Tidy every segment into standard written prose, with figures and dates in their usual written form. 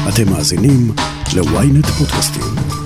אתם מאזינים ל-ynet פודקאסטים.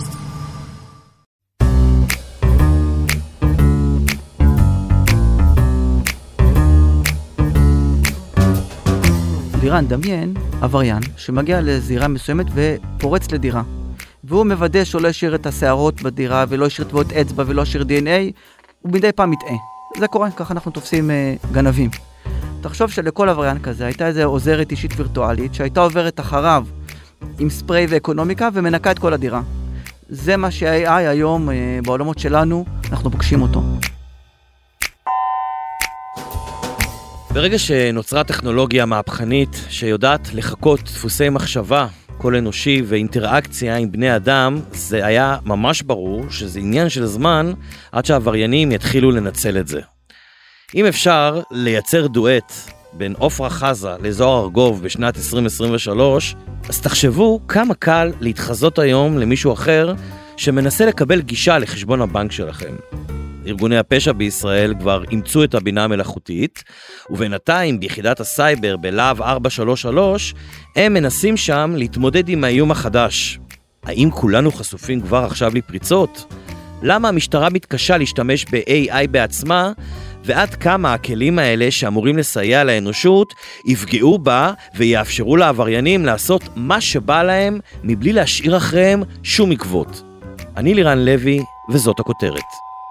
לירן, דמיין עבריין שמגיע לזירה מסוימת ופורץ לדירה. והוא מוודא שהוא לא ישאיר את השערות בדירה, ולא ישאיר טביעות אצבע, ולא ישאיר DNA, הוא מדי פעם מטעה. זה קורה, ככה אנחנו תופסים גנבים. תחשוב שלכל עבריין כזה הייתה איזו עוזרת אישית וירטואלית, שהייתה עוברת אחריו עם ספרי ואקונומיקה, ומנקה את כל הדירה. זה מה שה-AI היום בעולמות שלנו, אנחנו פוגשים אותו. ברגע שנוצרה טכנולוגיה מהפכנית שיודעת לחקות דפוסי מחשבה, קול אנושי ואינטראקציה עם בני אדם, זה היה ממש ברור שזה עניין של זמן עד שהעבריינים יתחילו לנצל את זה. אם אפשר לייצר דואט בין עופרה חזה לזוהר ארגוב בשנת 2023, אז תחשבו כמה קל להתחזות היום למישהו אחר שמנסה לקבל גישה לחשבון הבנק שלכם. ארגוני הפשע בישראל כבר אימצו את הבינה המלאכותית, ובינתיים ביחידת הסייבר בלהב 433, הם מנסים שם להתמודד עם האיום החדש. האם כולנו חשופים כבר עכשיו לפריצות? למה המשטרה מתקשה להשתמש ב-AI בעצמה, ועד כמה הכלים האלה שאמורים לסייע לאנושות יפגעו בה ויאפשרו לעבריינים לעשות מה שבא להם מבלי להשאיר אחריהם שום עקבות. אני לירן לוי, וזאת הכותרת.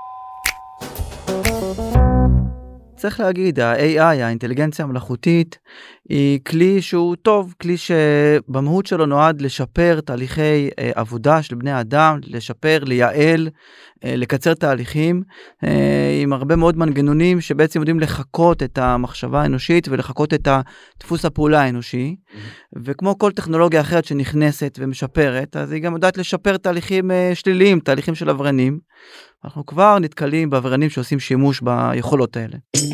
צריך להגיד, ה-AI, האינטליגנציה המלאכותית, היא כלי שהוא טוב, כלי שבמהות שלו נועד לשפר תהליכי עבודה של בני אדם, לשפר, לייעל, לקצר תהליכים, עם הרבה מאוד מנגנונים שבעצם יודעים לחקות את המחשבה האנושית ולחקות את דפוס הפעולה האנושי, וכמו כל טכנולוגיה אחרת שנכנסת ומשפרת, אז היא גם יודעת לשפר תהליכים שליליים, תהליכים של עבריינים. אנחנו כבר נתקלים בעבריינים שעושים שימוש ביכולות האלה.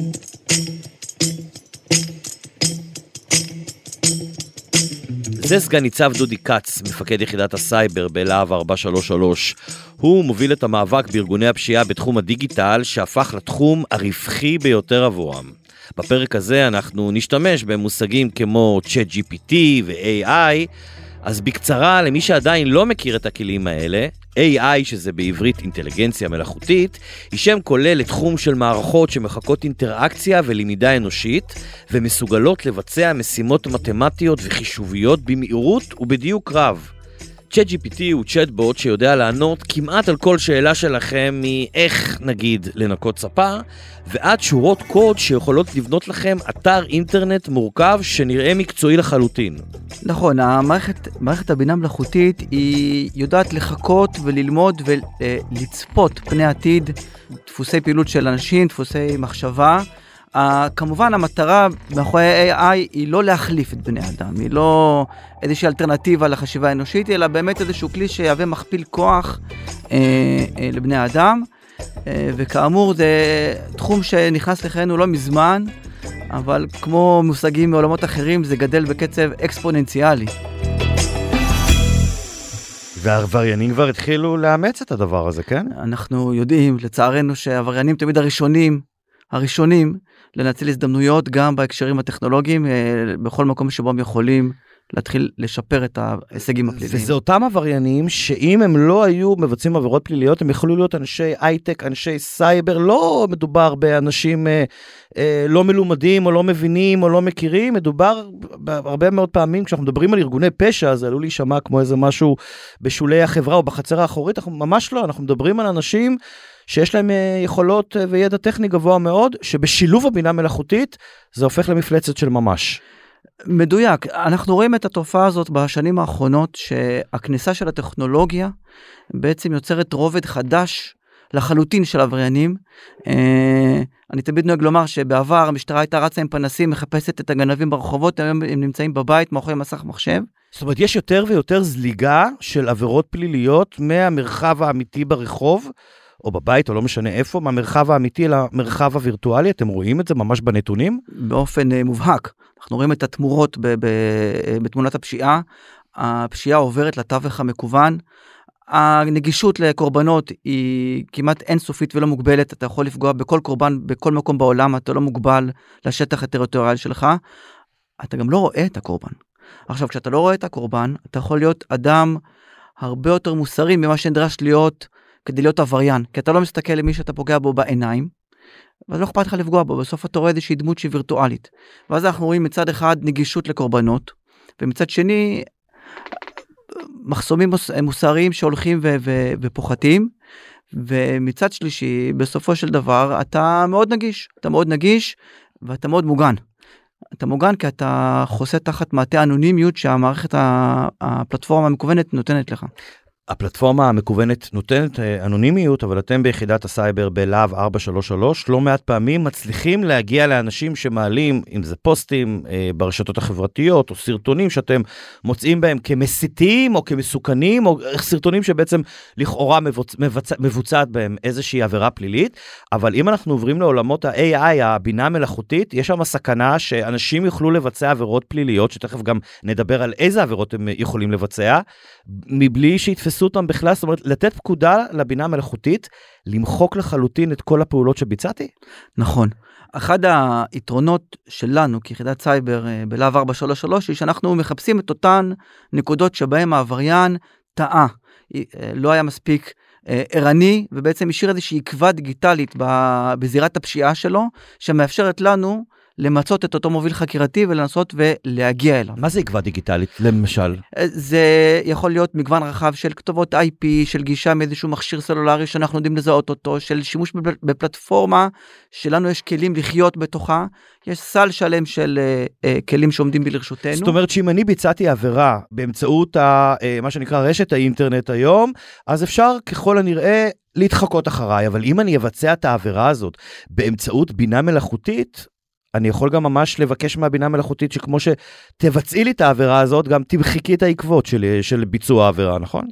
זה סגן ניצב דודי קץ, מפקד יחידת הסייבר בלהב 433. הוא מוביל את המאבק בארגוני הפשיעה בתחום הדיגיטל, שהפך לתחום הרווחי ביותר עבורם. בפרק הזה אנחנו נשתמש במושגים כמו ChatGPT ו-AI, אז בקצרה, למי שעדיין לא מכיר את הכלים האלה, AI, שזה בעברית אינטליגנציה מלאכותית, היא שם כולל לתחום של מערכות שמחקות אינטראקציה ולמידה אנושית, ומסוגלות לבצע משימות מתמטיות וחישוביות במהירות ובדיוק רב. ChatGPT הוא צ'אטבוט שיודע לענות כמעט על כל שאלה שלכם, מאיך נגיד לנקות ספה, ועד שורות קוד שיכולות לבנות לכם אתר אינטרנט מורכב שנראה מקצועי לחלוטין. נכון, מערכת הבינה המלאכותית היא יודעת לחכות וללמוד ולצפות פני עתיד, דפוסי פעילות של אנשים, דפוסי מחשבה. כמובן המטרה מאחורי AI היא לא להחליף את בני אדם, היא לא איזושהי אלטרנטיבה לחשיבה האנושית, אלא באמת איזשהו כלי שיהווה מכפיל כוח לבני האדם, וכאמור זה תחום שנכנס לחיינו לא מזמן, אבל כמו מושגים מעולמות אחרים זה גדל בקצב אקספוננציאלי. והעבריינים כבר התחילו לאמץ את הדבר הזה, כן? אנחנו יודעים לצערנו שהעבריינים תמיד הראשונים לנצל הזדמנויות גם בהקשרים הטכנולוגיים, בכל מקום שבו הם יכולים להתחיל לשפר את ההישגים הפליליים. וזה אותם עבריינים שאם הם לא היו מבצעים עבירות פליליות, הם יכולו להיות אנשי הייטק, אנשי סייבר, לא מדובר באנשים לא מלומדים או לא מבינים או לא מכירים, מדובר הרבה מאוד פעמים, כשאנחנו מדברים על ארגוני פשע, זה עלול להישמע כמו איזה משהו בשולי החברה או בחצר האחורית, אנחנו ממש לא, אנחנו מדברים על אנשים שיש להם יכולות וידע טכני גבוה מאוד, שבשילוב הבינה מלאכותית זה הופך למפלצת של ממש. מדויק, אנחנו רואים את התופעה הזאת בשנים האחרונות, שהכניסה של הטכנולוגיה בעצם יוצרת רובד חדש לחלוטין של עבריינים. אני תמיד נוהג לומר שבעבר המשטרה הייתה רצה עם פנסים, מחפשת את הגנבים ברחובות, הם נמצאים בבית מאחורי מסך מחשב. זאת אומרת, יש יותר ויותר זליגה של עבירות פליליות מהמרחב האמיתי ברחוב, או בבית, או לא משנה איפה, מהמרחב האמיתי למרחב הווירטואלי. אתם רואים את זה ממש בנתונים? באופן מובהק. אנחנו רואים את התמורות בתמונת הפשיעה. הפשיעה עוברת לתווך המקוון. הנגישות לקורבנות היא כמעט אינסופית ולא מוגבלת. אתה יכול לפגוע בכל קורבן, בכל מקום בעולם, אתה לא מוגבל לשטח הטריטוריאלי שלך. אתה גם לא רואה את הקורבן. עכשיו, כשאתה לא רואה את הקורבן, אתה יכול להיות אדם הרבה יותר מוסרי ממה שנדרש להיות כדי להיות עבריין, כי אתה לא מסתכל למי שאתה פוגע בו בעיניים, ואז לא אכפת לך לפגוע בו, בסוף אתה רואה איזושהי דמות שהיא וירטואלית. ואז אנחנו רואים מצד אחד נגישות לקורבנות, ומצד שני מחסומים מוסריים שהולכים ופוחתים, ומצד שלישי, בסופו של דבר, אתה מאוד נגיש, ואתה מאוד מוגן. אתה מוגן כי אתה חוסה תחת מעטה אנונימיות שהמערכת הפלטפורמה המקוונת נותנת לך. הפלטפורמה המקוונת נותנת אנונימיות, אבל אתם ביחידת הסייבר בלהב 433, לא מעט פעמים מצליחים להגיע לאנשים שמעלים, אם זה פוסטים ברשתות החברתיות, או סרטונים שאתם מוצאים בהם כמסיתים, או כמסוכנים, או סרטונים שבעצם לכאורה מבוצעת בהם איזושהי עבירה פלילית, אבל אם אנחנו עוברים לעולמות ה-AI, הבינה המלאכותית, יש שם סכנה שאנשים יוכלו לבצע עבירות פליליות, שתכף גם נדבר על איזה עבירות הם יכולים לבצע, מבלי שיתפסו אותם בכלל, זאת אומרת, לתת פקודה לבינה המלאכותית, למחוק לחלוטין את כל הפעולות שביצעתי? נכון. אחד היתרונות שלנו כיחידת סייבר בלהב 433, היא שאנחנו מחפשים את אותן נקודות שבהם העבריין טעה. לא היה מספיק ערני, ובעצם השאיר איזושהי עקבה דיגיטלית בזירת הפשיעה שלו, שמאפשרת לנו למצות את אותו מוביל חקירתי ולנסות ולהגיע אליו. מה זה עקבה דיגיטלית, למשל? זה יכול להיות מגוון רחב של כתובות IP, של גישה מאיזשהו מכשיר סלולרי שאנחנו יודעים לזהות אותו, של שימוש בפלטפורמה שלנו יש כלים לחיות בתוכה, יש סל שלם של כלים שעומדים לרשותנו. זאת אומרת שאם אני ביצעתי עבירה באמצעות מה שנקרא רשת האינטרנט היום, אז אפשר ככל הנראה להתחקות אחריי, אבל אם אני אבצע את העבירה הזאת באמצעות בינה מלאכותית, אני יכול גם ממש לבקש מהבינה מלאכותית שכמו שתבצעי לי את העבירה הזאת, גם תמחיקי את העקבות של ביצוע העבירה, נכון?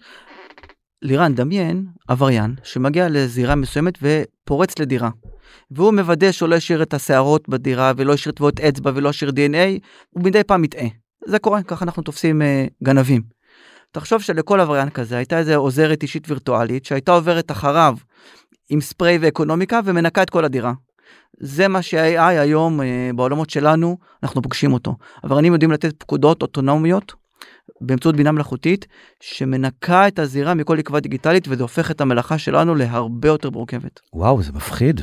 לירן, דמיין עבריין שמגיע לזירה מסוימת ופורץ לדירה. והוא מוודא שהוא לא השאיר את השערות בדירה, ולא השאיר טביעות אצבע, ולא השאיר DNA, הוא מדי פעם מטעה. זה קורה, ככה אנחנו תופסים גנבים. תחשוב שלכל עבריין כזה הייתה איזו עוזרת אישית וירטואלית, שהייתה עוברת אחריו עם ספרי ואקונומיקה, ומנקה את כל הדירה. זה מה שה-AI היום בעולמות שלנו, אנחנו פוגשים אותו. עבריינים יודעים לתת פקודות אוטונומיות, באמצעות בינה מלאכותית, שמנקה את הזירה מכל עקבה דיגיטלית, וזה הופך את המלאכה שלנו להרבה יותר מורכבת. וואו, זה מפחיד.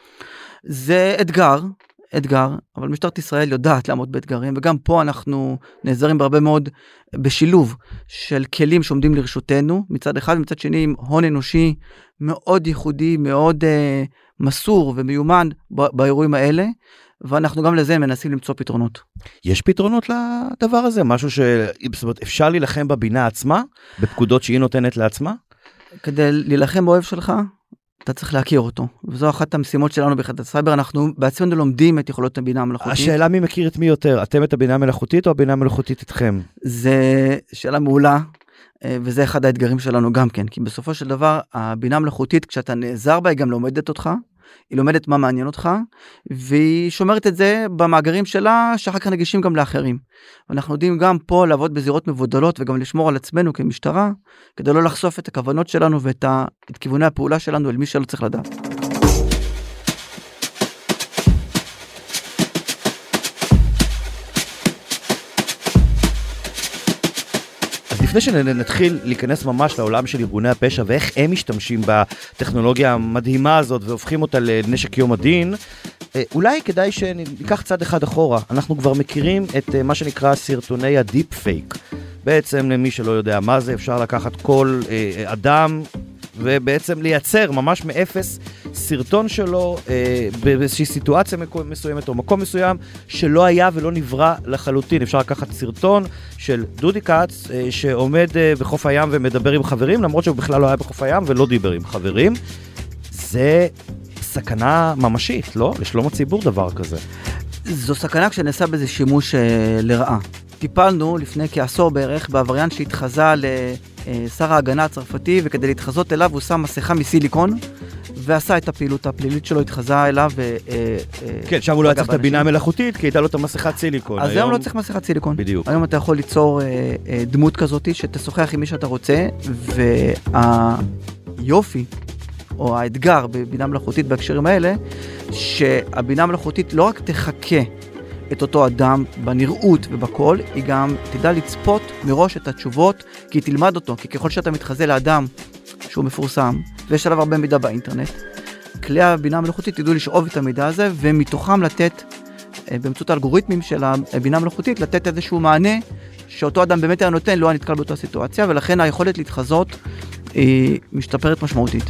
זה אתגר, אבל משטרת ישראל יודעת לעמוד באתגרים, וגם פה אנחנו נעזרים בהרבה מאוד בשילוב של כלים שעומדים לרשותנו, מצד אחד, ומצד שני עם הון אנושי מאוד ייחודי, מאוד מסור ומיומן באירועים האלה, ואנחנו גם לזה מנסים למצוא פתרונות. יש פתרונות לדבר הזה? משהו שאפשר להילחם בבינה עצמה, בפקודות שהיא נותנת לעצמה? כדי להילחם באויב שלך, אתה צריך להכיר אותו, וזו אחת המשימות שלנו ביחידת הסייבר, אנחנו בעצמנו לומדים את יכולות הבינה המלאכותית. השאלה מי מכיר את מי יותר, אתם את הבינה המלאכותית או הבינה המלאכותית איתכם? זה שאלה מעולה, וזה אחד האתגרים שלנו גם כן, כי בסופו של דבר, הבינה המלאכותית, כשאתה נעזר בה, היא גם לומדת אותך, היא לומדת מה מעניין אותך, והיא שומרת את זה במאגרים שלה, שאחר כך נגישים גם לאחרים. ואנחנו יודעים גם פה לעבוד בזירות מבודלות, וגם לשמור על עצמנו כמשטרה, כדי לא לחשוף את הכוונות שלנו, ואת כיווני הפעולה שלנו, אל מי שלא צריך לדעת. לפני שנתחיל להיכנס ממש לעולם של ארגוני הפשע ואיך הם משתמשים בטכנולוגיה המדהימה הזאת והופכים אותה לנשק יום הדין, אולי כדאי שניקח צד אחד אחורה. אנחנו כבר מכירים את מה שנקרא סרטוני הדיפ פייק. בעצם למי שלא יודע מה זה, אפשר לקחת כל אדם ובעצם לייצר ממש מאפס סרטון שלו באיזושהי סיטואציה מסוימת או מקום מסוים שלא היה ולא נברא לחלוטין. אפשר לקחת סרטון של דודי קאץ שעומד בחוף הים ומדבר עם חברים, למרות שהוא בכלל לא היה בחוף הים ולא דיבר עם חברים. זה סכנה ממשית, לא? לשלום הציבור דבר כזה. זו סכנה כשנעשה בזה שימוש לרעה. טיפלנו לפני כעשור בערך בעבריין שהתחזה לשר ההגנה הצרפתי, וכדי להתחזות אליו הוא שם מסכה מסיליקון, ועשה את הפעילות הפלילית שלו, התחזה אליו. כן, שם הוא לא צריך את הבינה המלאכותית, כי הייתה לו את המסכת סיליקון. אז היום לא צריך מסכת סיליקון. בדיוק. היום אתה יכול ליצור דמות כזאת, שתשוחח עם מי שאתה רוצה, והיופי, או האתגר בבינה מלאכותית בהקשרים האלה, שהבינה מלאכותית לא רק תחכה את אותו אדם בנראות ובכל, היא גם תדע לצפות מראש את התשובות, כי היא תלמד אותו, כי ככל שאתה מתחזה לאדם שהוא מפורסם, ויש עליו הרבה מידע באינטרנט, כלי הבינה המלאכותית ידעו לשאוב את המידע הזה, ומתוכם לתת, באמצעות האלגוריתמים של הבינה המלאכותית, לתת איזשהו מענה, שאותו אדם באמת היה נותן, לא היה נתקל באותה סיטואציה, ולכן היכולת להתחזות היא משתפרת משמעותית.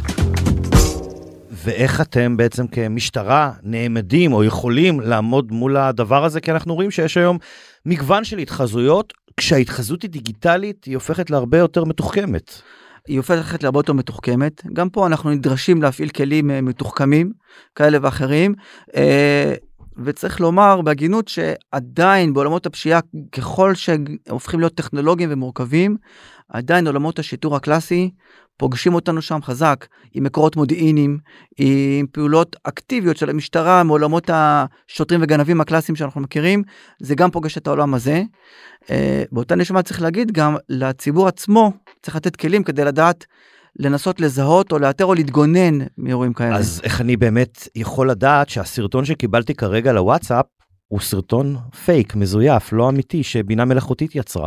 ואיך אתם בעצם כמשטרה נעמדים או יכולים לעמוד מול הדבר הזה? כי אנחנו רואים שיש היום מגוון של התחזויות, כשההתחזות היא דיגיטלית, היא הופכת להרבה יותר מתוחכמת. היא הופכת להרבה יותר מתוחכמת. גם פה אנחנו נדרשים להפעיל כלים מתוחכמים, כאלה ואחרים, וצריך לומר בהגינות שעדיין בעולמות הפשיעה, ככל שהופכים להיות טכנולוגיים ומורכבים, עדיין עולמות השיטור הקלאסי פוגשים אותנו שם חזק, עם מקורות מודיעיניים, עם פעולות אקטיביות של המשטרה, מעולמות השוטרים וגנבים הקלאסיים שאנחנו מכירים, זה גם פוגש את העולם הזה. באותה נשמה צריך להגיד גם לציבור עצמו, צריך לתת כלים כדי לדעת לנסות לזהות או לאתר או להתגונן מאירועים כאלה. אז איך אני באמת יכול לדעת שהסרטון שקיבלתי כרגע לוואטסאפ, הוא סרטון פייק, מזויף, לא אמיתי, שבינה מלאכותית יצרה?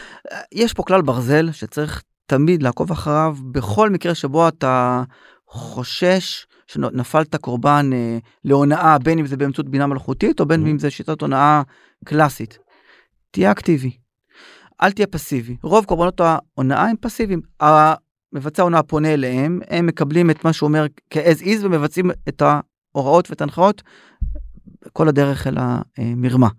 יש פה כלל ברזל שצריך תמיד לעקוב אחריו, בכל מקרה שבו אתה חושש שנפלת קורבן להונאה, בין אם זה באמצעות בינה מלאכותית, או בין אם זה שיטת הונאה קלאסית. תהיה אקטיבי, אל תהיה פסיבי. רוב קורבנות ההונאה הם פסיביים. מבצע ההונאה פונה אליהם, הם מקבלים את מה שהוא אומר כ-as is, ומבצעים את ההוראות ואת ההנחאות, כל הדרך אל המרמה.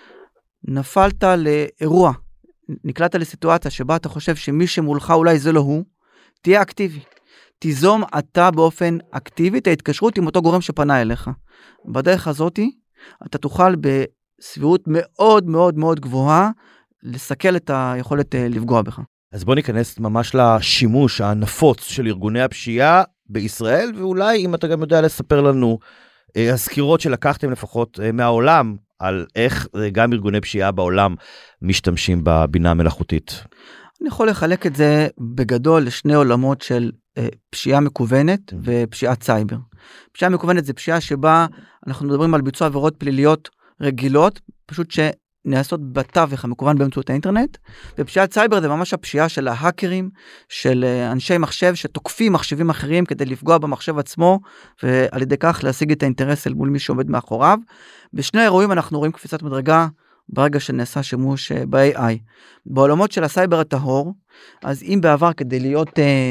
נפלת לאירוע, נקלעת לסיטואציה שבה אתה חושב שמי שמולך אולי זה לא הוא, תהיה אקטיבי. תיזום אתה באופן אקטיבי את ההתקשרות עם אותו גורם שפנה אליך. בדרך הזאת אתה תוכל בסבירות מאוד מאוד מאוד גבוהה לסכל את היכולת לפגוע בך. אז בוא ניכנס ממש לשימוש הנפוץ של ארגוני הפשיעה בישראל, ואולי אם אתה גם יודע לספר לנו הסקירות שלקחתם לפחות מהעולם, על איך גם ארגוני פשיעה בעולם משתמשים בבינה המלאכותית. אני יכול לחלק את זה בגדול לשני עולמות של פשיעה מקוונת ופשיעת סייבר. פשיעה מקוונת זה פשיעה שבה אנחנו מדברים על ביצוע עבירות פליליות רגילות, פשוט שנעשות בתווך המקוון באמצעות האינטרנט, ופשיעת סייבר זה ממש הפשיעה של ההאקרים, של אנשי מחשב שתוקפים מחשבים אחרים כדי לפגוע במחשב עצמו, ועל ידי כך להשיג את האינטרס אל מול מי שעומד מאחוריו. בשני האירועים אנחנו רואים קפיצת מדרגה ברגע שנעשה שימוש ב-AI. בעולמות של הסייבר הטהור, אז אם בעבר כדי להיות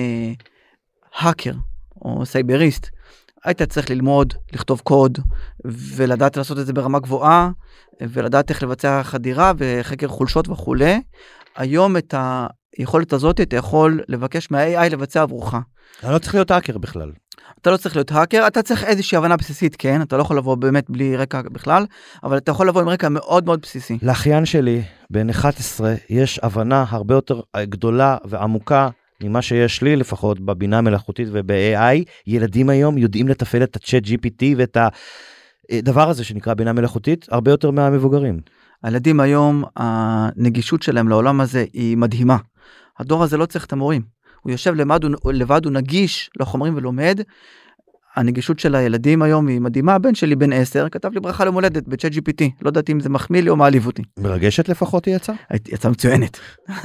האקר או סייבריסט, היית צריך ללמוד, לכתוב קוד, ולדעת לעשות את זה ברמה גבוהה, ולדעת איך לבצע חדירה וחקר חולשות וכו'. היום את היכולת הזאת אתה יכול לבקש מה-AI לבצע עבורך. אתה לא צריך להיות האקר בכלל. אתה לא צריך להיות האקר, אתה צריך איזושהי הבנה בסיסית, כן? אתה לא יכול לבוא באמת בלי רקע בכלל, אבל אתה יכול לבוא עם רקע מאוד מאוד בסיסי. לאחיין שלי, בן 11, יש הבנה הרבה יותר גדולה ועמוקה, ממה שיש לי, לפחות בבינה מלאכותית וב-AI, ילדים היום יודעים לתפעל את ה-Chat GPT ואת הדבר הזה שנקרא בינה מלאכותית, הרבה יותר מהמבוגרים. הילדים היום, הנגישות שלהם לעולם הזה היא מדהימה. הדור הזה לא צריך את המורים. הוא יושב לבד, הוא נגיש לחומרים ולומד. הנגישות של הילדים היום היא מדהימה. הבן שלי בן 10, כתב לי ברכה למולדת ב-Chat GPT. לא יודעת אם זה מחמיא לי או מעליב אותי. מרגשת לפחות היא יצאה? יצאה מצוינת.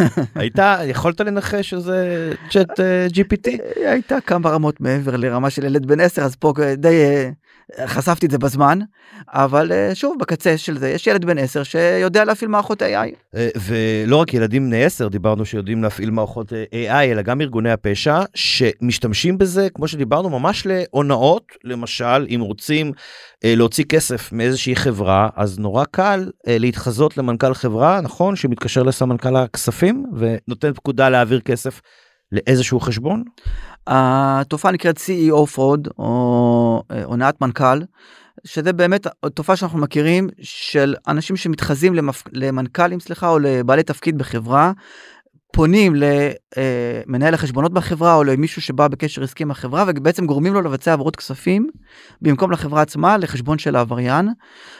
יכולת לנחש שזה Chat GPT? הייתה כמה רמות מעבר לרמה של ילד בן 10, אז פה די חשפתי את זה בזמן, אבל שוב, בקצה של זה, יש ילד בן 10 שיודע להפעיל מערכות AI. ולא רק ילדים בני 10, דיברנו שיודעים להפעיל מערכות AI, אלא גם ארגוני הפשע, שמשתמשים בזה, כמו שדיברנו, ממש להונאות, למשל, אם רוצים להוציא כסף מאיזושהי חברה, אז נורא קל להתחזות למנכ"ל חברה, נכון? שמתקשר לסמנכ"ל הכספים, ונותן פקודה להעביר כסף לאיזשהו חשבון? התופעה נקראת CEO fraud, או הונאת מנכ"ל, שזה באמת תופעה שאנחנו מכירים, של אנשים שמתחזים למנכ"לים, או לבעלי תפקיד בחברה, פונים למנהל החשבונות בחברה, או למישהו שבא בקשר עסקי עם החברה, ובעצם גורמים לו לבצע עבורות כספים, במקום לחברה עצמה, לחשבון של העבריין.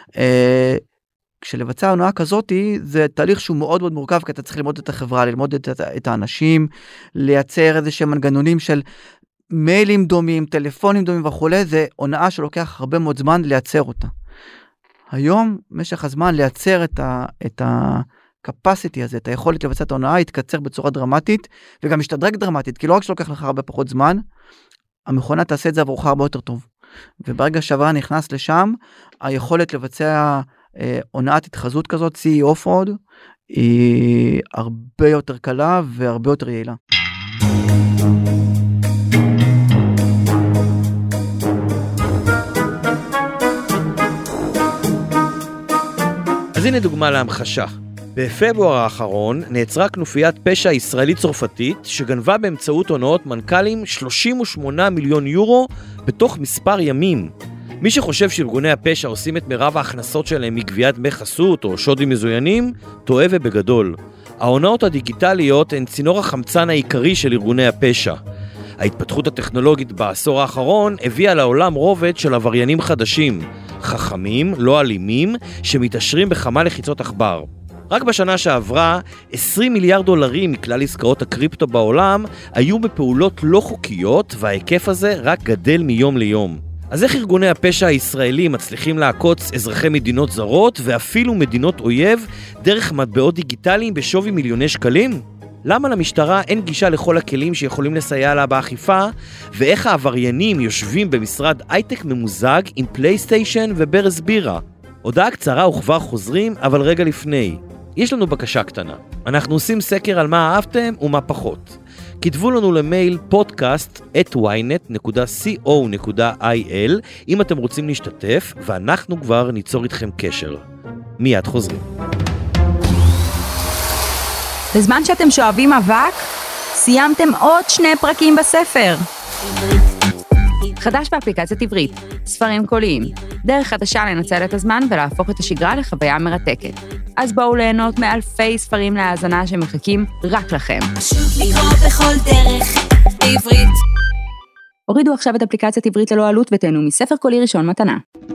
כשלבצע הונאה כזאת, זה תהליך שהוא מאוד מאוד מורכב, כי אתה צריך ללמוד את החברה, ללמוד את האנשים, לייצר איזה שהם מנגנונים של מיילים דומים, טלפונים דומים וכו', זה הונאה שלוקח הרבה מאוד זמן לייצר אותה. היום, משך הזמן לייצר את ה-capacity הזה, את היכולת לבצע את ההונאה, יתקצר בצורה דרמטית, וגם ישתדרג דרמטית, כי לא רק שלוקח לך הרבה פחות זמן, המכונה תעשה את זה עבורך הרבה יותר טוב. וברגע שעבריין נכנס לשם, היכולת לבצע הונאת התחזות כזאת, CEO fraud, היא הרבה יותר קלה והרבה יותר יעילה. אז הנה דוגמה להמחשה. בפברואר האחרון נעצרה כנופיית פשע ישראלית-צרפתית שגנבה באמצעות הונאות מנכ"לים 38 מיליון יורו בתוך מספר ימים. מי שחושב שארגוני הפשע עושים את מרב ההכנסות שלהם מגביית דמי חסות או שודים מזוינים, טועה ובגדול. ההונאות הדיגיטליות הן צינור החמצן העיקרי של ארגוני הפשע. ההתפתחות הטכנולוגית בעשור האחרון הביאה לעולם רובד של עבריינים חדשים, חכמים, לא אלימים, שמתעשרים בכמה לחיצות עכבר. רק בשנה שעברה, 20 מיליארד דולרים מכלל עסקאות הקריפטו בעולם היו בפעולות לא חוקיות, וההיקף הזה רק גדל מיום ליום. אז איך ארגוני הפשע הישראלים מצליחים לעקוץ אזרחי מדינות זרות ואפילו מדינות אויב דרך מטבעות דיגיטליים בשווי מיליוני שקלים? למה למשטרה אין גישה לכל הכלים שיכולים לסייע לה באכיפה, ואיך העבריינים יושבים במשרד הייטק ממוזג עם פלייסטיישן וברז בירה? הודעה קצרה וכבר חוזרים, אבל רגע לפני. יש לנו בקשה קטנה. אנחנו עושים סקר על מה אהבתם ומה פחות. כתבו לנו למייל podcast@ynet.co.il אם אתם רוצים להשתתף, ואנחנו כבר ניצור איתכם קשר. מיד חוזרים. בזמן שאתם שואבים אבק, סיימתם עוד 2 פרקים בספר. חדש באפליקציית עברית, ספרים קוליים, דרך חדשה לנצל את הזמן ולהפוך את השגרה לחוויה מרתקת. אז בואו ליהנות מאלפי ספרים להאזנה שמחכים רק לכם. פשוט לקרוא בכל דרך, בעברית. הורידו עכשיו את אפליקציית עברית ללא עלות ותהנו מספר קולי ראשון מתנה.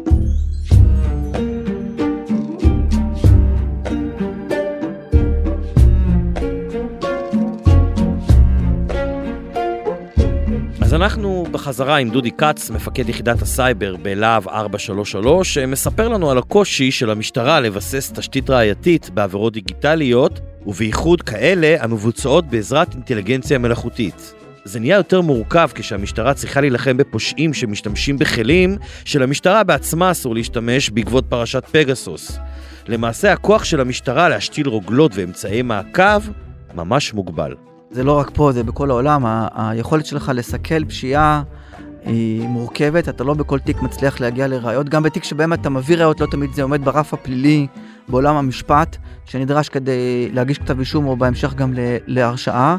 אז אנחנו בחזרה עם דודי קץ, מפקד יחידת הסייבר בלהב 433, שמספר לנו על הקושי של המשטרה לבסס תשתית ראייתית בעבירות דיגיטליות, ובייחוד כאלה המבוצעות בעזרת אינטליגנציה מלאכותית. זה נהיה יותר מורכב כשהמשטרה צריכה להילחם בפושעים שמשתמשים בכלים שלמשטרה בעצמה אסור להשתמש בעקבות פרשת פגסוס. למעשה הכוח של המשטרה להשתיל רוגלות ואמצעי מעקב ממש מוגבל. זה לא רק פה, זה בכל העולם. היכולת שלך לסכל פשיעה היא מורכבת, אתה לא בכל תיק מצליח להגיע לראיות, גם בתיק שבהם אתה מביא ראיות לא תמיד זה עומד ברף הפלילי בעולם המשפט, שנדרש כדי להגיש כתב אישום או בהמשך גם להרשעה.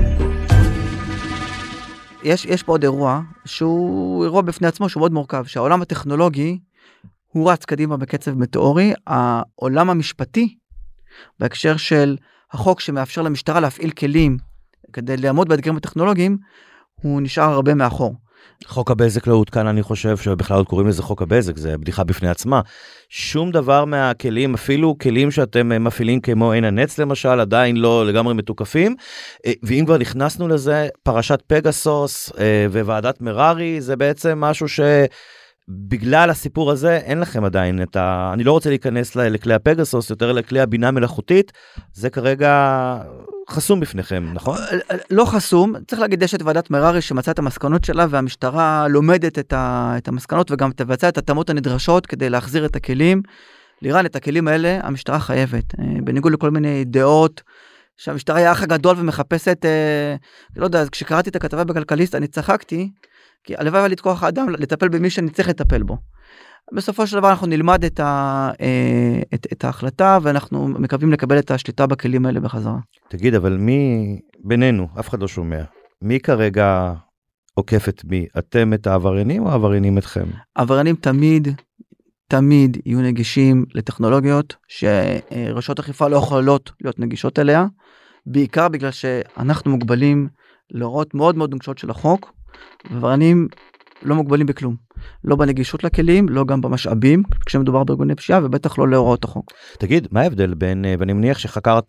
יש פה עוד אירוע, שהוא אירוע בפני עצמו שהוא מאוד מורכב, שהעולם הטכנולוגי הוא רץ קדימה בקצב מטאורי, העולם המשפטי, בהקשר של החוק שמאפשר למשטרה להפעיל כלים כדי לעמוד באתגרים הטכנולוגיים, הוא נשאר הרבה מאחור. חוק הבזק לא עודכן, אני חושב שבכלל עוד קוראים לזה חוק הבזק, זה בדיחה בפני עצמה. שום דבר מהכלים, אפילו כלים שאתם מפעילים כמו עין הנץ למשל, עדיין לא לגמרי מתוקפים, ואם כבר נכנסנו לזה, פרשת פגסוס וועדת מררי, זה בעצם משהו שבגלל הסיפור הזה אין לכם עדיין את אני לא רוצה להיכנס לכלי הפגסוס, יותר לכלי הבינה מלאכותית, זה כרגע חסום בפניכם, נכון? לא חסום, צריך להגיד, יש את ועדת מררי שמצאה את המסקנות שלה, והמשטרה לומדת את המסקנות, וגם תבצע את התאמות הנדרשות כדי להחזיר את הכלים. לירן, את הכלים האלה המשטרה חייבת, בניגוד לכל מיני דעות, שהמשטרה היה אח הגדול ומחפשת, לא יודע, כשקראתי את הכתבה בכלכליסט, אני צחקתי, כי הלוואי היה לי את כוח האדם לטפל במי שאני צריך לטפל בו. בסופו של דבר אנחנו נלמד את ההחלטה, ואנחנו מקווים לקבל את השליטה בכלים האלה בחזרה. תגיד, אבל מי בינינו, אף אחד לא שומע, מי כרגע עוקף את מי? אתם את העבריינים או העבריינים אתכם? העבריינים תמיד יהיו נגישים לטכנולוגיות, שרשויות אכיפה לא יכולות להיות נגישות אליה, בעיקר בגלל שאנחנו מוגבלים להוראות מאוד מאוד נוקשות של החוק, ועבריינים לא מוגבלים בכלום. לא בנגישות לכלים, לא גם במשאבים, כשמדובר בארגוני פשיעה, ובטח לא להוראות החוק. תגיד, מה ההבדל בין, ואני מניח שחקרת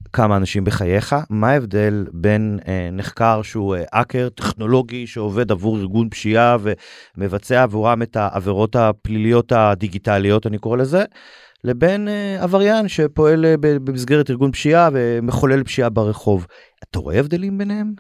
כמה אנשים בחייך, מה ההבדל בין נחקר שהוא אקר טכנולוגי שעובד עבור ארגון פשיעה ומבצע עבורם את העבירות הפליליות הדיגיטליות, אני קורא לזה, לבין עבריין שפועל במסגרת ארגון פשיעה ומחולל פשיעה ברחוב. אתה רואה הבדלים ביניהם?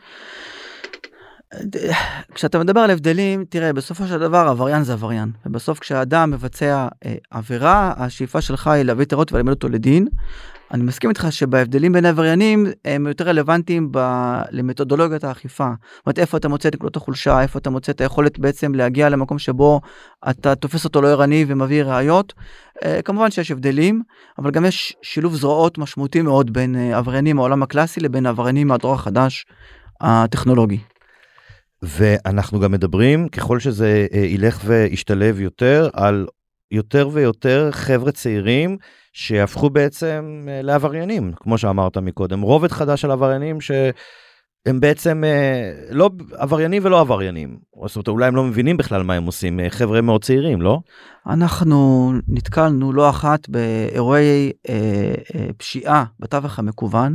כשאתה מדבר על הבדלים, תראה, בסופו של דבר עבריין זה עבריין, ובסוף כשאדם מבצע עבירה, השאיפה שלך היא להביא את הראיות ולעמוד אותו לדין. אני מסכים איתך שבהבדלים בין עבריינים הם יותר רלוונטיים למתודולוגיית האכיפה. זאת אומרת, איפה אתה מוצא את נקודות החולשה, איפה אתה מוצא את היכולת בעצם להגיע למקום שבו אתה תופס אותו לא ערני ומביא ראיות. כמובן שיש הבדלים, אבל גם יש שילוב זרועות משמעותי מאוד בין עבריינים מהעולם הקלאסי לבין עבריינים מהדור החדש הטכנולוגי. ואנחנו גם מדברים, ככל שזה ילך וישתלב יותר, על יותר ויותר חבר'ה צעירים שיהפכו בעצם לעבריינים, כמו שאמרת מקודם. רובד חדש של עבריינים שהם בעצם לא עבריינים ולא עבריינים. זאת אומרת, אולי הם לא מבינים בכלל מה הם עושים, חבר'ה מאוד צעירים, לא? אנחנו נתקלנו לא אחת באירועי פשיעה בתווך המקוון,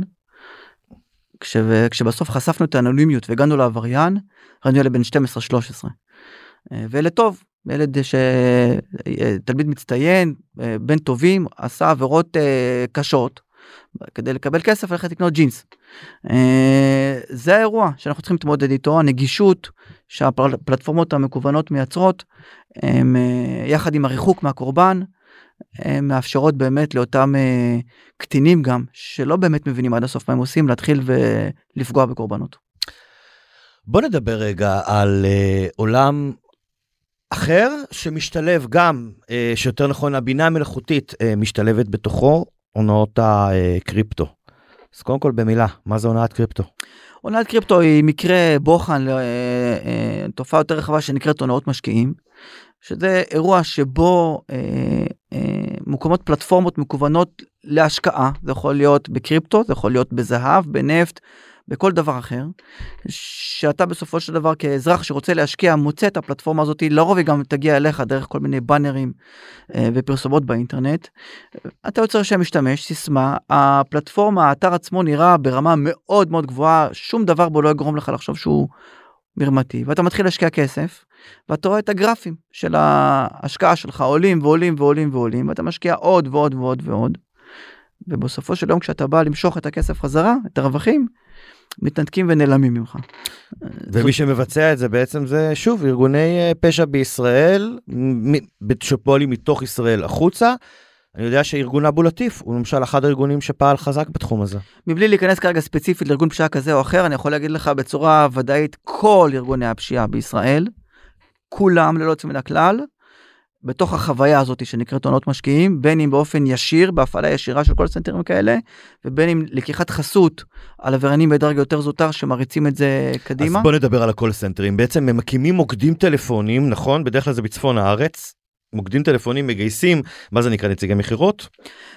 כשבסוף חשפנו את האנונימיות והגענו לעבריין, ראינו ילד בן 12-13. וילד טוב, ילד שתלמיד מצטיין, בן טובים, עשה עבירות קשות, כדי לקבל כסף ללכת לקנות ג'ינס. זה האירוע שאנחנו צריכים להתמודד איתו, הנגישות שהפלטפורמות המקוונות מייצרות, יחד עם הריחוק מהקורבן, מאפשרות באמת לאותם קטינים גם, שלא באמת מבינים עד הסוף מה הם עושים, להתחיל ולפגוע בקורבנות. בוא נדבר רגע על עולם אחר, שמשתלב גם, שיותר נכון, הבינה המלאכותית משתלבת בתוכו, הונאות הקריפטו. אז קודם כל במילה, מה זה הונאת קריפטו? הונאת קריפטו היא מקרה בוחן, תופעה יותר רחבה שנקראת הונאות משקיעים, שזה אירוע שבו מוקמות פלטפורמות מקוונות להשקעה, זה יכול להיות בקריפטו, זה יכול להיות בזהב, בנפט, בכל דבר אחר, שאתה בסופו של דבר כאזרח שרוצה להשקיע, מוצא את הפלטפורמה הזאת, לרוב היא גם תגיע אליך דרך כל מיני בנרים ופרסומות באינטרנט, אתה יוצר שם משתמש, סיסמה, הפלטפורמה, האתר עצמו נראה ברמה מאוד מאוד גבוהה, שום דבר בו לא יגרום לך לחשוב שהוא מרמתי, ואתה מתחיל להשקיע כסף, ואתה רואה את הגרפים של ההשקעה שלך, עולים ועולים ועולים ועולים, ואתה משקיע עוד ועוד ועוד ועוד, ובסופו של יום כשאתה בא למשוך את הכסף חזרה, את הרווחים, מתנתקים ונעלמים ממך. ומי שמבצע את זה בעצם זה, שוב, ארגוני פשע בישראל, שפועלים מתוך ישראל החוצה. אני יודע שארגון אבו לטיף הוא למשל אחד הארגונים שפעל חזק בתחום הזה. מבלי להיכנס כרגע ספציפית לארגון פשיעה כזה או אחר, אני יכול להגיד לך בצורה ודאית, כל ארגוני הפשיעה בישראל, כולם ללא יוצא מן הכלל, בתוך החוויה הזאת שנקראת הונאות משקיעים, בין אם באופן ישיר, בהפעלה ישירה של כל סנטרים כאלה, ובין אם לקיחת חסות על עבריינים בדרגה יותר זוטר שמריצים את זה קדימה. אז בוא נדבר על הכל סנטרים. בעצם הם מקימים מוקדים טלפונים, נכון? בדרך כלל זה בצפון הארץ. מוקדים טלפונים מגייסים, מה זה נקרא, נציגי מחירות?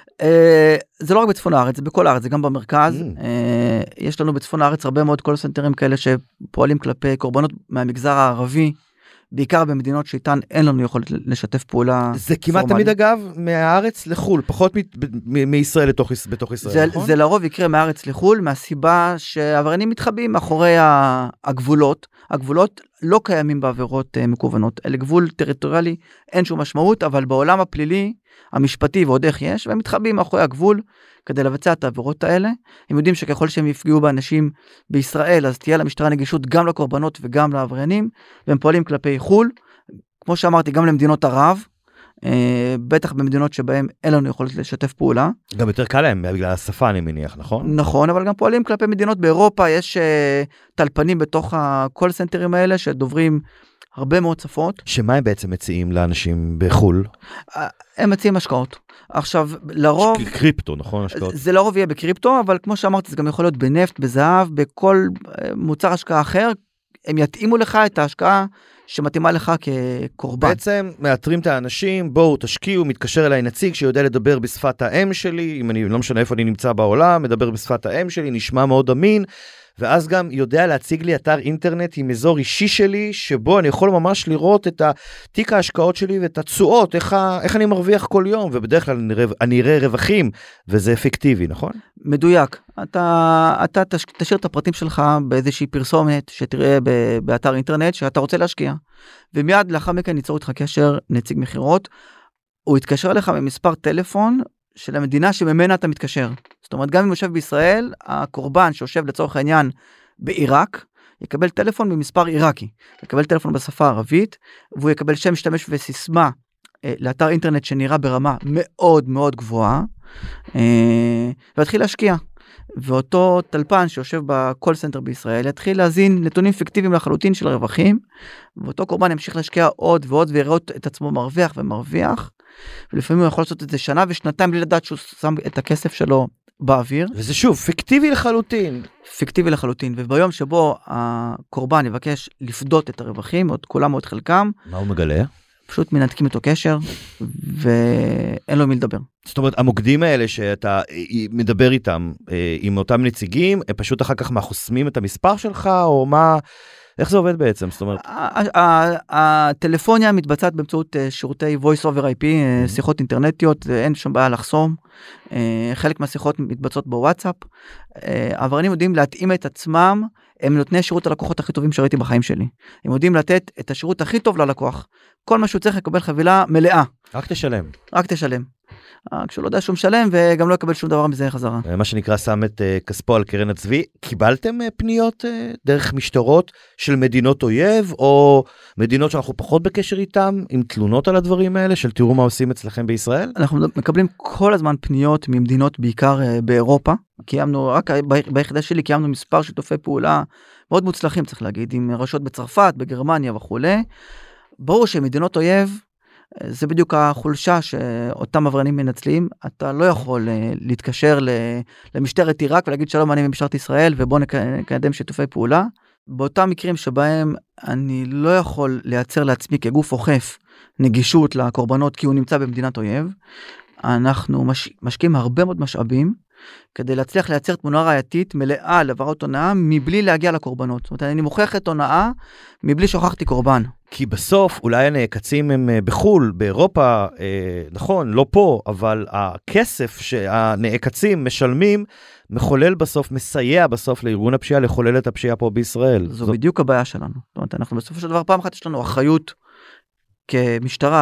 זה לא רק בצפון הארץ, זה בכל הארץ, זה גם במרכז. יש לנו בצפון הארץ הרבה מאוד כל סנטרים כאלה שפועלים כלפי קורבנות מהמגזר הערבי, בעיקר במדינות שאיתן אין לנו יכולת לשתף פעולה. זה כמעט תמיד אגב מהארץ לחול, פחות מישראל בתוך ישראל, נכון? זה לרוב יקרה מהארץ לחול, מהסיבה שהעבריינים מתחבאים מאחורי הגבולות. הגבולות לא קיימים בעבירות מקוונות. אלה גבול טריטוריאלי, אין שום משמעות, אבל בעולם הפלילי, המשפטי ועוד איך יש, והם מתחבאים מאחורי הגבול כדי לבצע את העבירות האלה. הם יודעים שככל שהם יפגעו באנשים בישראל, אז תהיה למשטרה נגישות גם לקורבנות וגם לעבריינים, והם פועלים כלפי חול, כמו שאמרתי, גם למדינות ערב, בטח במדינות שבהם אין לנו יכולת לשתף פעולה. גם יותר קל להם, בגלל השפה אני מניח, נכון? נכון, אבל גם פועלים כלפי מדינות באירופה, יש טלפנים בתוך כל הסנטרים האלה שדוברים הרבה מאוד שפות. שמה הם בעצם מציעים לאנשים בחול? הם מציעים השקעות. עכשיו, לרוב... קריפטו, נכון? השקעות. זה לרוב יהיה בקריפטו, אבל כמו שאמרתי, זה גם יכול להיות בנפט, בזהב, בכל מוצר השקעה אחר, הם יתאימו לך את ההשקעה שמתאימה לך כקורבן. בעצם מאתרים את האנשים, בואו תשקיעו, מתקשר אליי נציג שיודע לדבר בשפת האם שלי, אם אני לא משנה איפה אני נמצא בעולם, מדבר בשפת האם שלי, נשמע מאוד אמין, ואז גם יודע להציג לי אתר אינטרנט עם אזור אישי שלי, שבו אני יכול ממש לראות את תיק ההשקעות שלי ואת התשואות, איך אני מרוויח כל יום, ובדרך כלל אני אראה רווחים, וזה אפקטיבי, נכון? מדויק. אתה תשאיר את הפרטים שלך באיזושהי פרסומת שתראה באתר אינטרנט שאתה רוצה להשקיע, ומיד לאחר מכן ניצור איתך קשר נציג מחירות, הוא יתקשר אליך ממספר טלפון של המדינה שממנה אתה מתקשר. זאת אומרת, גם אם יושב בישראל, הקורבן שיושב לצורך העניין בעיראק, יקבל טלפון ממספר עיראקי, יקבל טלפון בשפה הערבית, והוא יקבל שם משתמש וסיסמה לאתר אינטרנט שנראה ברמה מאוד מאוד גבוהה, והתחיל להשקיע. ואותו טלפן שיושב בקול סנטר בישראל, יתחיל להזין נתונים פיקטיביים לחלוטין של הרווחים, ואותו קורבן ימשיך להשקיע עוד ועוד, ויראות את עצמו מרוויח ומרוויח, ולפעמים הוא יכול לעשות את זה שנה ושנתיים, בלי לדעת שהוא שם את הכסף שלו באוויר. וזה שוב, פיקטיבי לחלוטין. פיקטיבי לחלוטין, וביום שבו הקורבן יבקש לפדות את הרווחים, עוד כולם או את חלקם. מה הוא מגלה? פשוט מנתקים איתו קשר, ואין לו מי לדבר. זאת אומרת, המוקדים האלה שאתה מדבר איתם, עם אותם נציגים, הם פשוט אחר כך חוסמים את המספר שלך, או מה, איך זה עובד בעצם? זאת אומרת... הטלפוניה מתבצעת באמצעות שירותי voice over IP, שיחות אינטרנטיות, אין שום בעיה לחסום. חלק מהשיחות מתבצעות בוואטסאפ. העבריינים יודעים להתאים את עצמם, הם נותני שירות הלקוחות הכי טובים שראיתי בחיים שלי. הם יודעים לתת את השירות הכי טוב ללקוח. כל מה שהוא צריך לקבל חבילה מלאה. רק תשלם. רק תשלם. כשהוא לא יודע שהוא משלם, וגם לא יקבל שום דבר מזה חזרה. מה שנקרא, שם את כספו על קרן הצבי. קיבלתם פניות דרך משטרות של מדינות אויב, או מדינות שאנחנו פחות בקשר איתם, עם תלונות על הדברים האלה, של תראו מה עושים אצלכם בישראל? אנחנו מקבלים כל הזמן פניות ממדינות, בעיקר באירופה. קיימנו, רק ביחידה שלי קיימנו מספר שיתופי פעולה מאוד מוצלחים, צריך להגיד, עם רשויות בצרפת, בגרמניה וכו'. ברור שמדינות אויב, זה בדיוק החולשה שאותם עבריינים מנצלים. אתה לא יכול להתקשר למשטרת עיראק ולהגיד שלום, אני ממשטרת ישראל ובוא נקדם שיתופי פעולה. באותם מקרים שבהם אני לא יכול לייצר לעצמי כגוף אוכף נגישות לקורבנות כי הוא נמצא במדינת אויב, אנחנו משקיעים הרבה מאוד משאבים כדי להצליח לייצר תמונה ראייתית מלאה לעבירות הונאה מבלי להגיע לקורבנות. זאת אומרת, אני מוכיח את הונאה מבלי שהוכחתי קורבן. כי בסוף אולי הנעקצים הם בחול, באירופה, נכון, לא פה, אבל הכסף שהנעקצים משלמים, מחולל בסוף, מסייע בסוף לארגון הפשיעה לחולל את הפשיעה פה בישראל. זו בדיוק הבעיה שלנו. זאת אומרת, אנחנו בסופו של דבר פעם אחת יש לנו אחריות כמשטרה,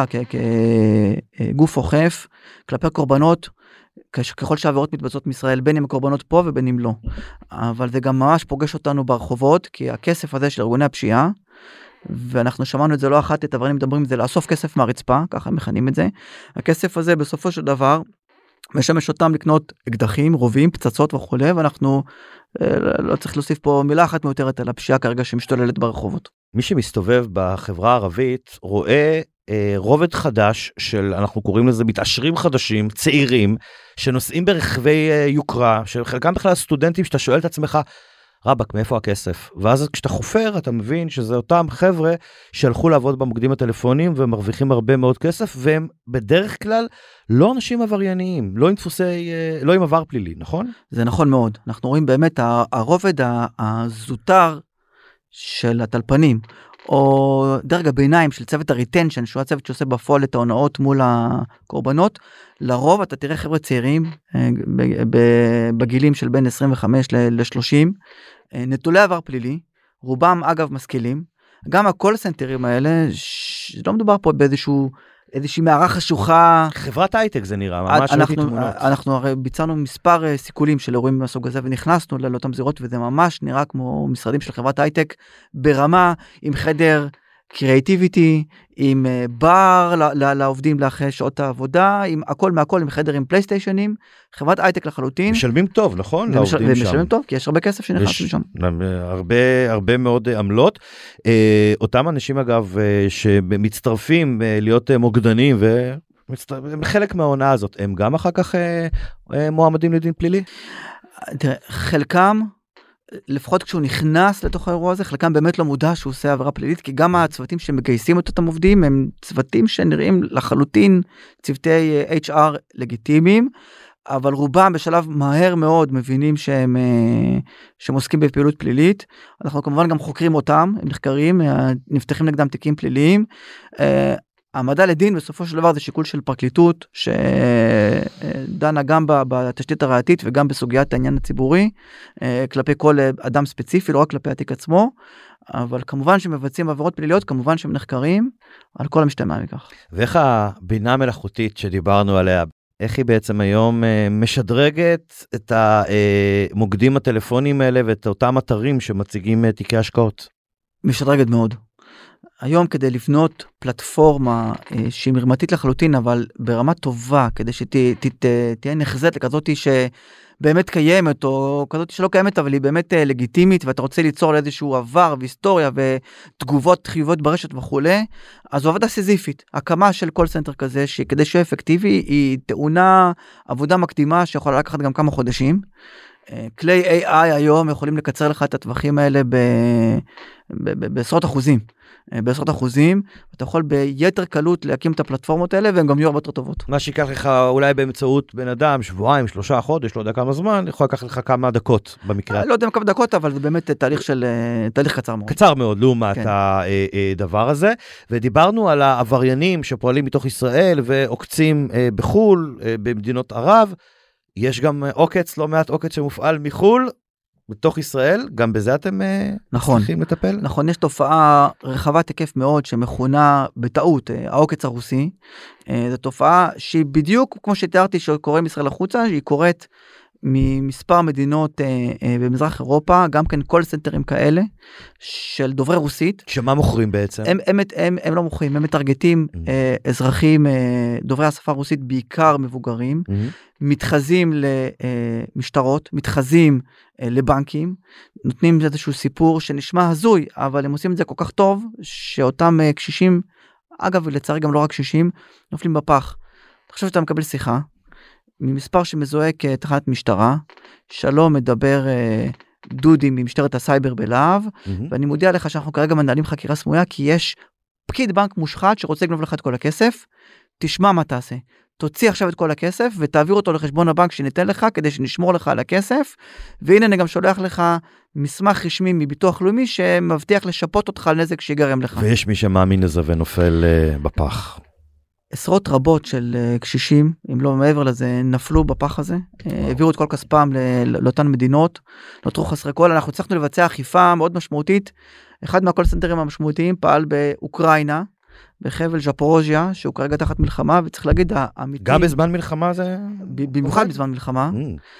כגוף אוכף, כלפי קורבנות, ככל שהעבירות מתבצעות מישראל, בין אם הקורבנות פה ובין אם לא. אבל זה גם ממש פוגש אותנו ברחובות, כי הכסף הזה של ארגוני הפשיעה, ואנחנו שמענו את זה לא אחת, את העבריינים מדברים את זה, לאסוף כסף מהרצפה, ככה מכנים את זה. הכסף הזה בסופו של דבר, משמש אותם לקנות אקדחים, רובים, פצצות וכו', ואנחנו לא צריך להוסיף פה מילה אחת מיותרת על הפשיעה כרגע שמשתוללת ברחובות. מי שמסתובב בחברה הערבית רואה רובד חדש של, אנחנו קוראים לזה מתעשרים חדשים, צעירים, שנוסעים ברכבי יוקרה, שחלקם בכלל סטודנטים שאתה שואל את עצמך, רבק, מאיפה הכסף? ואז כשאתה חופר, אתה מבין שזה אותם חבר'ה שהלכו לעבוד במוקדים הטלפונים ומרוויחים הרבה מאוד כסף, והם בדרך כלל לא אנשים עברייניים, לא עם דפוסי, לא עם עבר פלילי, נכון? זה נכון מאוד. אנחנו רואים באמת הרובד הזוטר של הטלפנים, או דרג הביניים של צוות הריטנשן, שהוא הצוות שעושה בפועל את ההונאות מול הקורבנות, לרוב אתה תראה חבר'ה צעירים, בגילים של בין 25 ל-30, נטולי עבר פלילי, רובם אגב משכילים, גם הקול סנטרים האלה, לא מדובר פה איזושהי מערה חשוכה. חברת הייטק זה נראה, ממש ראיתי תמונות. אנחנו הרי ביצענו מספר סיכולים של אירועים מהסוג הזה, ונכנסנו לאותם זירות, וזה ממש נראה כמו משרדים של חברת הייטק, ברמה עם חדר קריאטיביטי, עם בר לעובדים לאחרי שעות העבודה, עם הכל מהכל, עם חדר עם פלייסטיישנים, חברת הייטק לחלוטין. משלמים טוב, נכון? לעובדים שם. ומשלמים טוב, כי יש הרבה כסף שנכנס משם. הרבה מאוד עמלות. אותם אנשים אגב, שמצטרפים להיות מוקדנים, והם חלק מהעונה הזאת, הם גם אחר כך מועמדים לדין פלילי? תראה, חלקם, לפחות כשהוא נכנס לתוך האירוע הזה, חלקם באמת לא מודע שהוא עושה עבירה פלילית, כי גם הצוותים שמגייסים את אותם עובדים, הם צוותים שנראים לחלוטין צוותי HR לגיטימיים, אבל רובם בשלב מהר מאוד מבינים שהם עוסקים בפעילות פלילית. אנחנו כמובן גם חוקרים אותם, הם נחקרים, נפתחים נגדם תיקים פליליים. העמדה לדין בסופו של דבר זה שיקול של פרקליטות, שדנה גם בתשתית הראייתית וגם בסוגיית העניין הציבורי, כלפי כל אדם ספציפי, לא רק כלפי התיק עצמו, אבל כמובן שמבצעים עבירות פליליות, כמובן שהם נחקרים על כל המשתמע מכך. ואיך הבינה המלאכותית שדיברנו עליה, איך היא בעצם היום משדרגת את המוקדים הטלפונים האלה ואת אותם אתרים שמציגים תיקי השקעות? משדרגת מאוד. היום כדי לבנות פלטפורמה שהיא מרמתית לחלוטין, אבל ברמה טובה, כדי שתהיה נחזת לכזאת שבאמת קיימת, או כזאת שלא קיימת, אבל היא באמת לגיטימית, ואתה רוצה ליצור לאיזשהו עבר והיסטוריה ותגובות חיוביות ברשת וכו', אז זו עבודה סיזיפית. הקמה של קול סנטר כזה, שכדי שיהיה אפקטיבי, היא טעונה עבודה מקדימה שיכולה לקחת גם כמה חודשים. כלי AI היום יכולים לקצר לך את הטווחים האלה בעשרות אחוזים. בעשרות אחוזים, אתה יכול ביתר קלות להקים את הפלטפורמות האלה, והן גם יהיו הרבה יותר טובות. מה שיקח לך אולי באמצעות בן אדם, שבועיים, 3 חודש, לא יודע כמה זמן, יכול לקח לך כמה דקות במקרה. לא יודע כמה דקות, אבל זה באמת תהליך קצר מאוד. קצר מאוד, לעומת הדבר הזה. ודיברנו על העבריינים שפועלים מתוך ישראל, ועוקצים בחול, במדינות ערב. יש גם עוקץ, לא מעט עוקץ שמופעל מחול, בתוך ישראל, גם בזה אתם צריכים לטפל? נכון, יש תופעה רחבת היקף מאוד שמכונה בטעות העוקץ הרוסי. זו תופעה שהיא בדיוק כמו שתיארתי שקורה מישראל החוצה, שהיא קורית ממספר מדינות במזרח אירופה, גם כן קול סנטרים כאלה של דוברי רוסית. שמה מוכרים בעצם? הם לא מוכרים, הם מטרגטים אזרחים דוברי השפה הרוסית, בעיקר מבוגרים, מתחזים למשטרות, מתחזים לבנקים, נותנים איזשהו סיפור שנשמע הזוי, אבל הם עושים את זה כל כך טוב, שאותם קשישים, אגב לצערי גם לא רק קשישים, נופלים בפח. אתה חושב שאתה מקבל שיחה, ממספר שמזוהה כתחנת משטרה, שלום מדבר דודי ממשטרת הסייבר בלהב, ואני מודיע לך שאנחנו כרגע מנהלים חקירה סמויה, כי יש פקיד בנק מושחת שרוצה לגנוב לך את כל הכסף, תשמע מה תעשה. תוציא עכשיו את כל הכסף ותעביר אותו לחשבון הבנק שניתן לך כדי שנשמור לך על הכסף, והנה אני גם שולח לך מסמך רשמי מביטוח לאומי שמבטיח לשפות אותך על נזק שיגרם לך. ויש מי שמאמין לזה ונופל בפח. עשרות רבות של קשישים, אם לא מעבר לזה, נפלו בפח הזה, העבירו את כל כספם לאותן מדינות, נותרו חסרי כל. אנחנו הצלחנו לבצע אכיפה מאוד משמעותית. אחד מהקול סנטרים המשמעותיים פעל באוקראינה, בחבל ז'פורוז'יה, שהוא כרגע תחת מלחמה, וצריך להגיד, האמיתי... גם בזמן מלחמה זה... במיוחד בזמן מלחמה,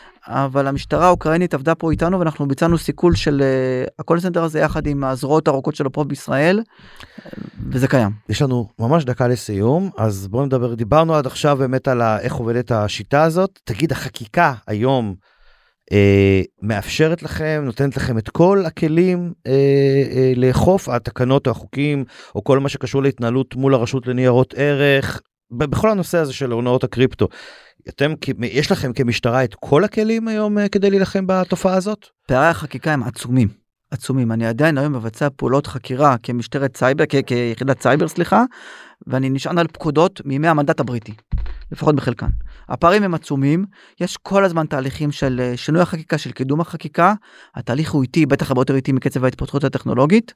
אבל המשטרה האוקראינית עבדה פה איתנו, ואנחנו ביצענו סיכול של הקול סנטר הזה, יחד עם הזרועות הארוכות שלו פה בישראל, וזה קיים. יש לנו ממש דקה לסיום, אז בואו נדבר, דיברנו עד עכשיו באמת על איך עובדת השיטה הזאת. תגיד, החקיקה היום מאפשרת לכם, נותנת לכם את כל הכלים לאכוף, התקנות או החוקים, או כל מה שקשור להתנהלות מול הרשות לניירות ערך, בכל הנושא הזה של הונאות הקריפטו. יש לכם כמשטרה את כל הכלים היום כדי להילחם בתופעה הזאת? פערי החקיקה הם עצומים. עצומים. אני עדיין היום מבצע פעולות חקירה כמשטרת סייבר, כיחידת סייבר, סליחה, ואני נשען על פקודות מימי המנדט הבריטי, לפחות בחלקן. הפערים הם עצומים, יש כל הזמן תהליכים של שינוי החקיקה, של קידום החקיקה, התהליך הוא איטי, בטח הרבה יותר איטי מקצב ההתפתחות הטכנולוגית,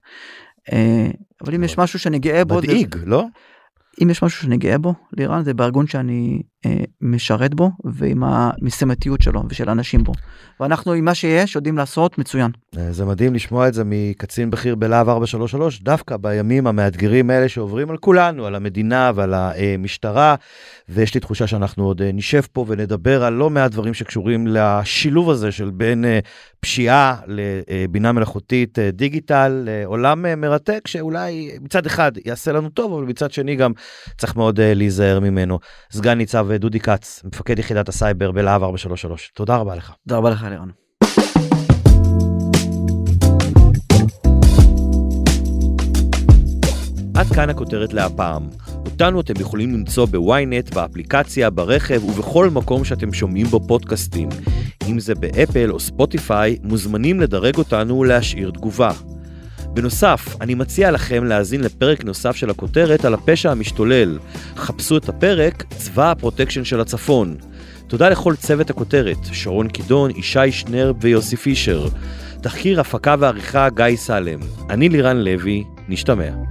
אבל אם יש משהו שאני גאה בו... מדאיג, לא? אם יש משהו שאני גאה בו, לירן, זה בארגון שאני משרת בו, ועם המשימתיות שלו ושל האנשים בו. ואנחנו עם מה שיש יודעים לעשות מצוין. זה מדהים לשמוע את זה מקצין בכיר בלהב 433, דווקא בימים המאתגרים האלה שעוברים על כולנו, על המדינה ועל המשטרה, ויש לי תחושה שאנחנו עוד נשב פה ונדבר על לא מעט דברים שקשורים לשילוב הזה של בין פשיעה לבינה מלאכותית דיגיטל, עולם מרתק שאולי מצד אחד יעשה לנו טוב, אבל מצד שני גם צריך מאוד להיזהר ממנו. סגן ניצב דודי קץ, מפקד יחידת הסייבר בלהב 433. תודה רבה לך. תודה רבה לך, לירן. עד כאן הכותרת להפעם. אותנו אתם יכולים למצוא בוויינט, באפליקציה, ברכב ובכל מקום שאתם שומעים בו פודקאסטים. אם זה באפל או ספוטיפיי, מוזמנים לדרג אותנו ולהשאיר תגובה. בנוסף, אני מציע לכם להאזין לפרק נוסף של הכותרת על הפשע המשתולל. חפשו את הפרק צבא הפרוטקשן של הצפון. תודה לכל צוות הכותרת, שרון קידון, ישי שנר ויוסי פישר. תחקיר, הפקה ועריכה גיא סלם. אני לירן לוי, נשתמע.